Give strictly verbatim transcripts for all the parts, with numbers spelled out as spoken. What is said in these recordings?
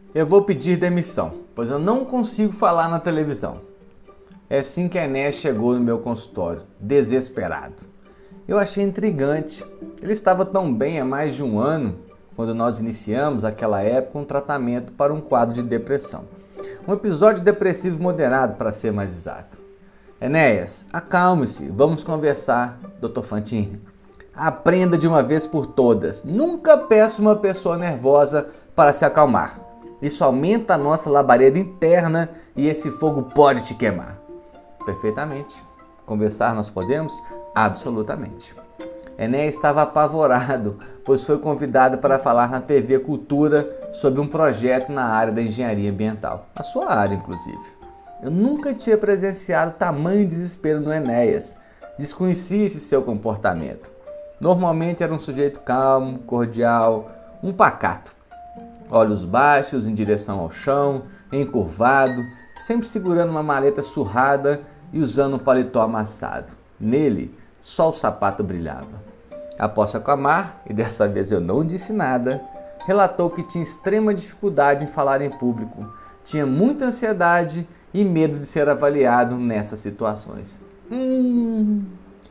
Eu vou pedir demissão, pois eu não consigo falar na televisão. É assim que Enéas chegou no meu consultório, desesperado. Eu achei intrigante. Ele estava tão bem há mais de um ano, quando nós iniciamos, naquela época, um tratamento para um quadro de depressão. Um episódio depressivo moderado, para ser mais exato. Enéas, acalme-se, vamos conversar, doutor Fantini. Aprenda de uma vez por todas. Nunca peça uma pessoa nervosa para se acalmar. Isso aumenta a nossa labareda interna e esse fogo pode te queimar. Perfeitamente. Conversar nós podemos? Absolutamente. Enéas estava apavorado, pois foi convidado para falar na T V Cultura sobre um projeto na área da engenharia ambiental. A sua área, inclusive. Eu nunca tinha presenciado tamanho desespero no Enéas. Desconhecia esse seu comportamento. Normalmente era um sujeito calmo, cordial, um pacato. Olhos baixos em direção ao chão, encurvado, sempre segurando uma maleta surrada e usando um paletó amassado. Nele, só o sapato brilhava. Após se acalmar, e dessa vez eu não disse nada, relatou que tinha extrema dificuldade em falar em público, tinha muita ansiedade e medo de ser avaliado nessas situações. Hum,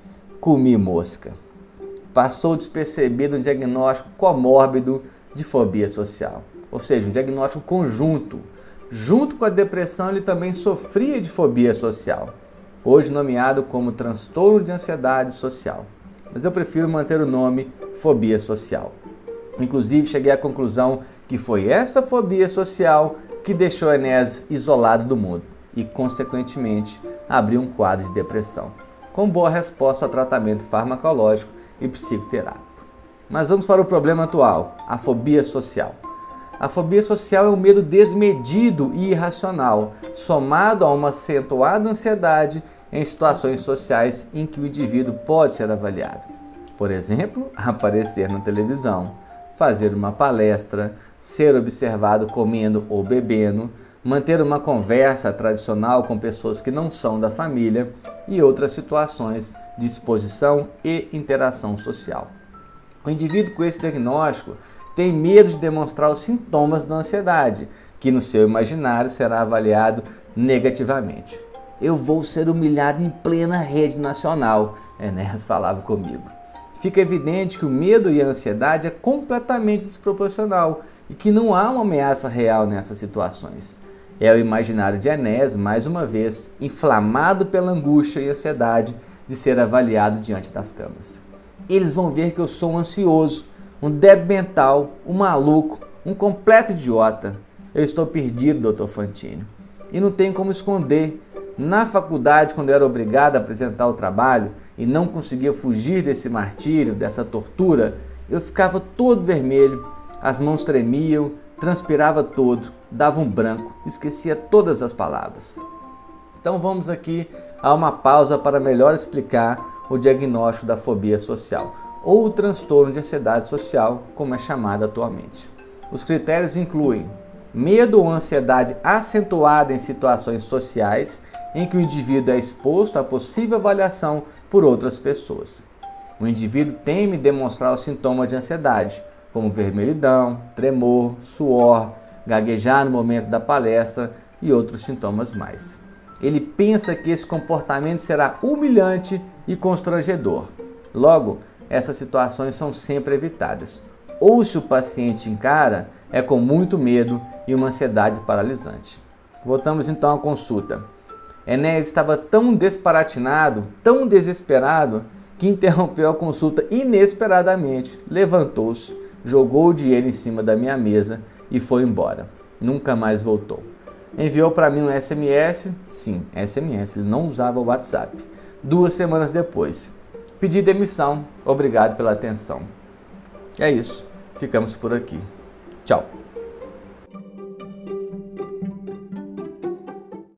comi mosca. Passou despercebido um diagnóstico comórbido de fobia social, ou seja, um diagnóstico conjunto. Junto com a depressão, ele também sofria de fobia social, hoje nomeado como transtorno de ansiedade social. Mas eu prefiro manter o nome fobia social. Inclusive, cheguei à conclusão que foi essa fobia social que deixou Enéas isolado do mundo e, consequentemente, abriu um quadro de depressão, com boa resposta ao tratamento farmacológico e psicoterápico. Mas vamos para o problema atual, a fobia social. A fobia social é um medo desmedido e irracional, somado a uma acentuada ansiedade em situações sociais em que o indivíduo pode ser avaliado. Por exemplo, aparecer na televisão, fazer uma palestra, ser observado comendo ou bebendo, manter uma conversa tradicional com pessoas que não são da família e outras situações de exposição e interação social. O indivíduo com esse diagnóstico tem medo de demonstrar os sintomas da ansiedade, que no seu imaginário será avaliado negativamente. Eu vou ser humilhado em plena rede nacional, Enéas falava comigo. Fica evidente que o medo e a ansiedade é completamente desproporcional e que não há uma ameaça real nessas situações. É o imaginário de Enéas, mais uma vez, inflamado pela angústia e ansiedade de ser avaliado diante das câmeras. Eles vão ver que eu sou um ansioso, um débil mental, um maluco, um completo idiota. Eu estou perdido, doutor Fantini. E não tenho como esconder. Na faculdade, quando eu era obrigado a apresentar o trabalho e não conseguia fugir desse martírio, dessa tortura, eu ficava todo vermelho, as mãos tremiam, transpirava todo, dava um branco, esquecia todas as palavras. Então vamos aqui a uma pausa para melhor explicar o diagnóstico da fobia social, ou o transtorno de ansiedade social, como é chamado atualmente. Os critérios incluem medo ou ansiedade acentuada em situações sociais em que o indivíduo é exposto à possível avaliação por outras pessoas. O indivíduo teme demonstrar os sintomas de ansiedade, como vermelhidão, tremor, suor, gaguejar no momento da palestra e outros sintomas mais. Ele pensa que esse comportamento será humilhante e constrangedor. Logo, essas situações são sempre evitadas. Ou se o paciente encara, é com muito medo e uma ansiedade paralisante. Voltamos então à consulta. Enéas estava tão desparatinado, tão desesperado, que interrompeu a consulta inesperadamente, levantou-se, jogou o dinheiro em cima da minha mesa e foi embora. Nunca mais voltou. Enviou para mim um S M S, sim, S M S, ele não usava o WhatsApp. Duas semanas depois, pedi demissão, obrigado pela atenção. É isso, ficamos por aqui. Tchau.